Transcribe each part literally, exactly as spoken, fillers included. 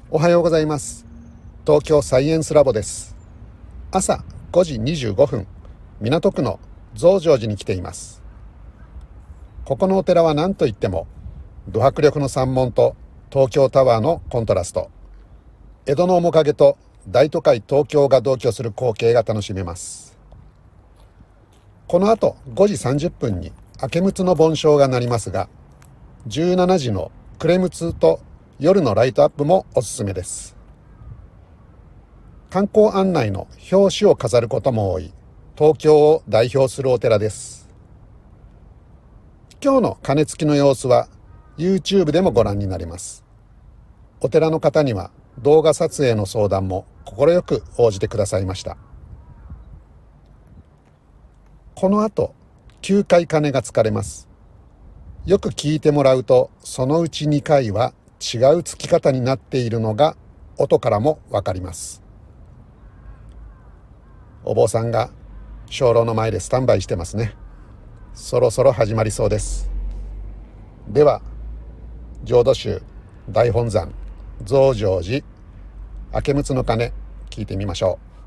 おはようございます。東京サイエンスラボです。朝ごじにじゅうごふん、港区の増上寺に来ています。ここのお寺は何といっても、ド迫力の山門と東京タワーのコントラスト、江戸の面影と大都会東京が同居する光景が楽しめます。この後ごじさんじゅっぷんに明陸の梵鐘が鳴りますが、じゅうしちじの暮れ六と夜のライトアップもおすすめです。観光案内の表紙を飾ることも多い東京を代表するお寺です。今日の鐘つきの様子は YouTube でもご覧になれます。お寺の方には動画撮影の相談も快く応じてくださいました。この後きゅうかい鐘がつかれます。よく聞いてもらうと、そのうちにかいは違うつき方になっているのが音からもわかります。お坊さんが鐘楼の前でスタンバイしてますね。そろそろ始まりそうです。では、浄土宗大本山増上寺明陸の鐘、聞いてみましょう。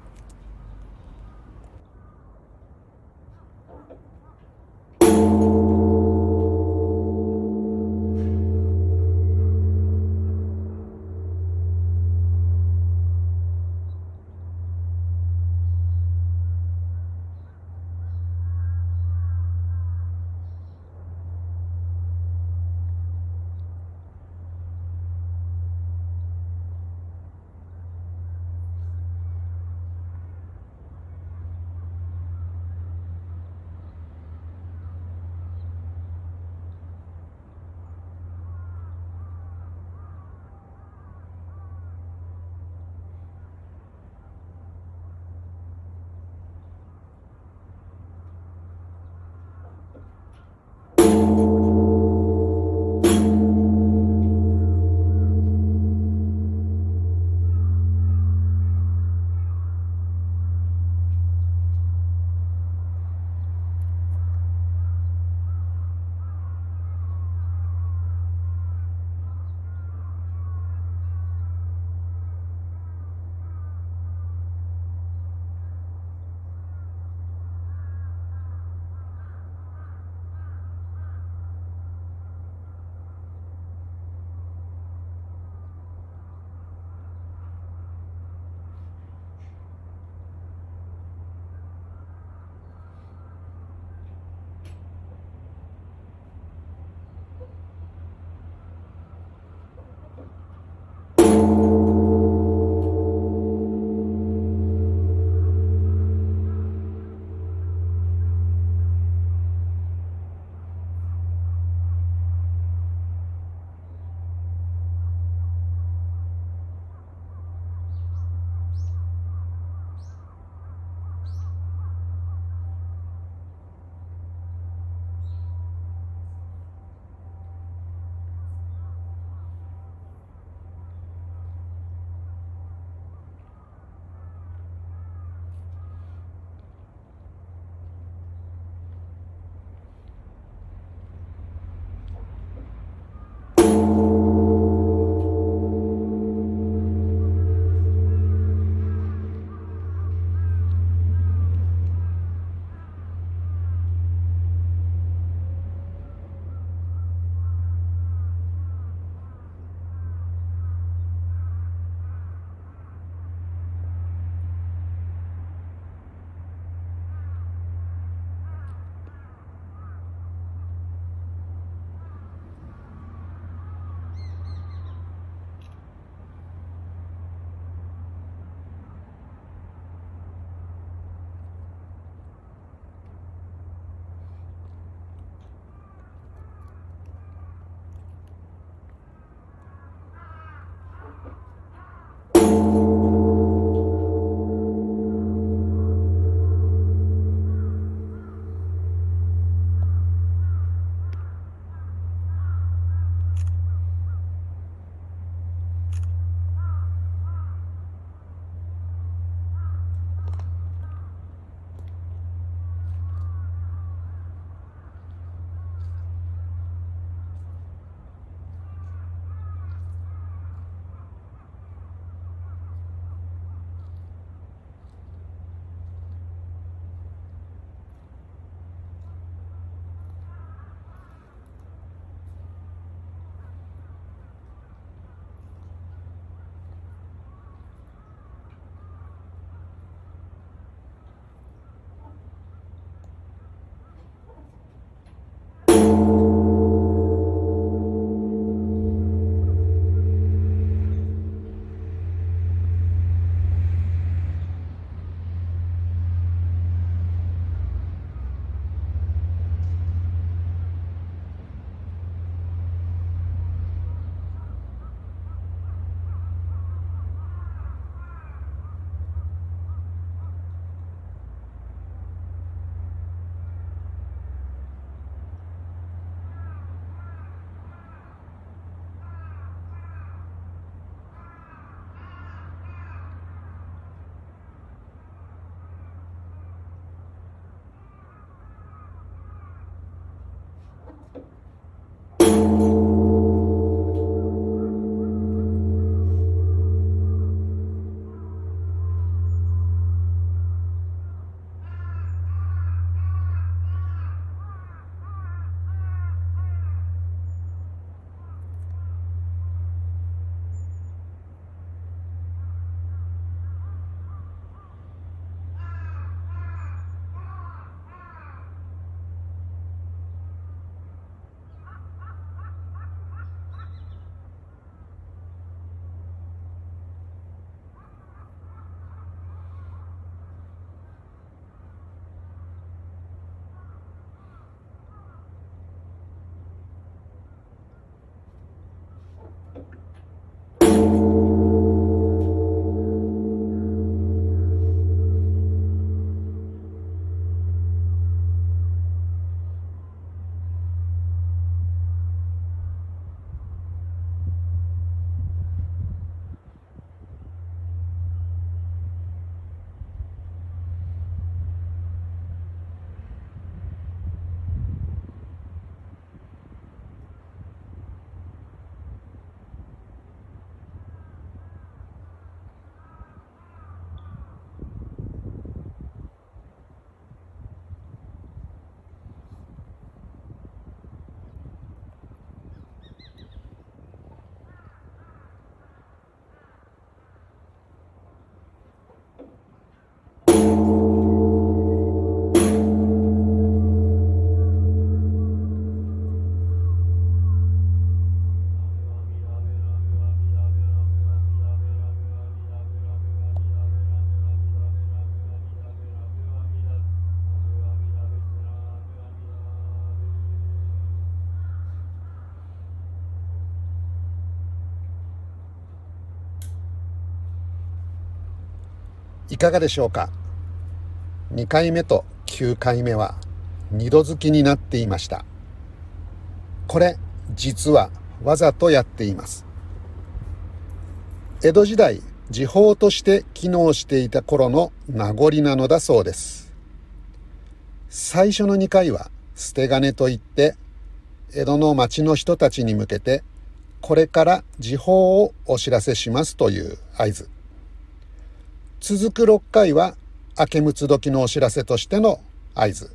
いかがでしょうか。にかいめときゅうかいめは二度づきになっていました。これ実はわざとやっています。江戸時代、時報として機能していた頃の名残なのだそうです。最初のにかいは捨て金といって、江戸の町の人たちに向けてこれから時報をお知らせしますという合図。続くろっかいは明け六つ時のお知らせとしての合図。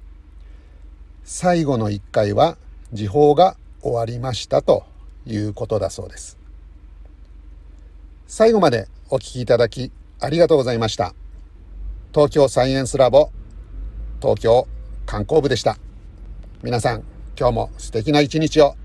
最後のいっかいは時報が終わりましたということだそうです。最後までお聞きいただきありがとうございました。東京サイエンスラボ東京観光部でした。皆さん今日も素敵な一日を。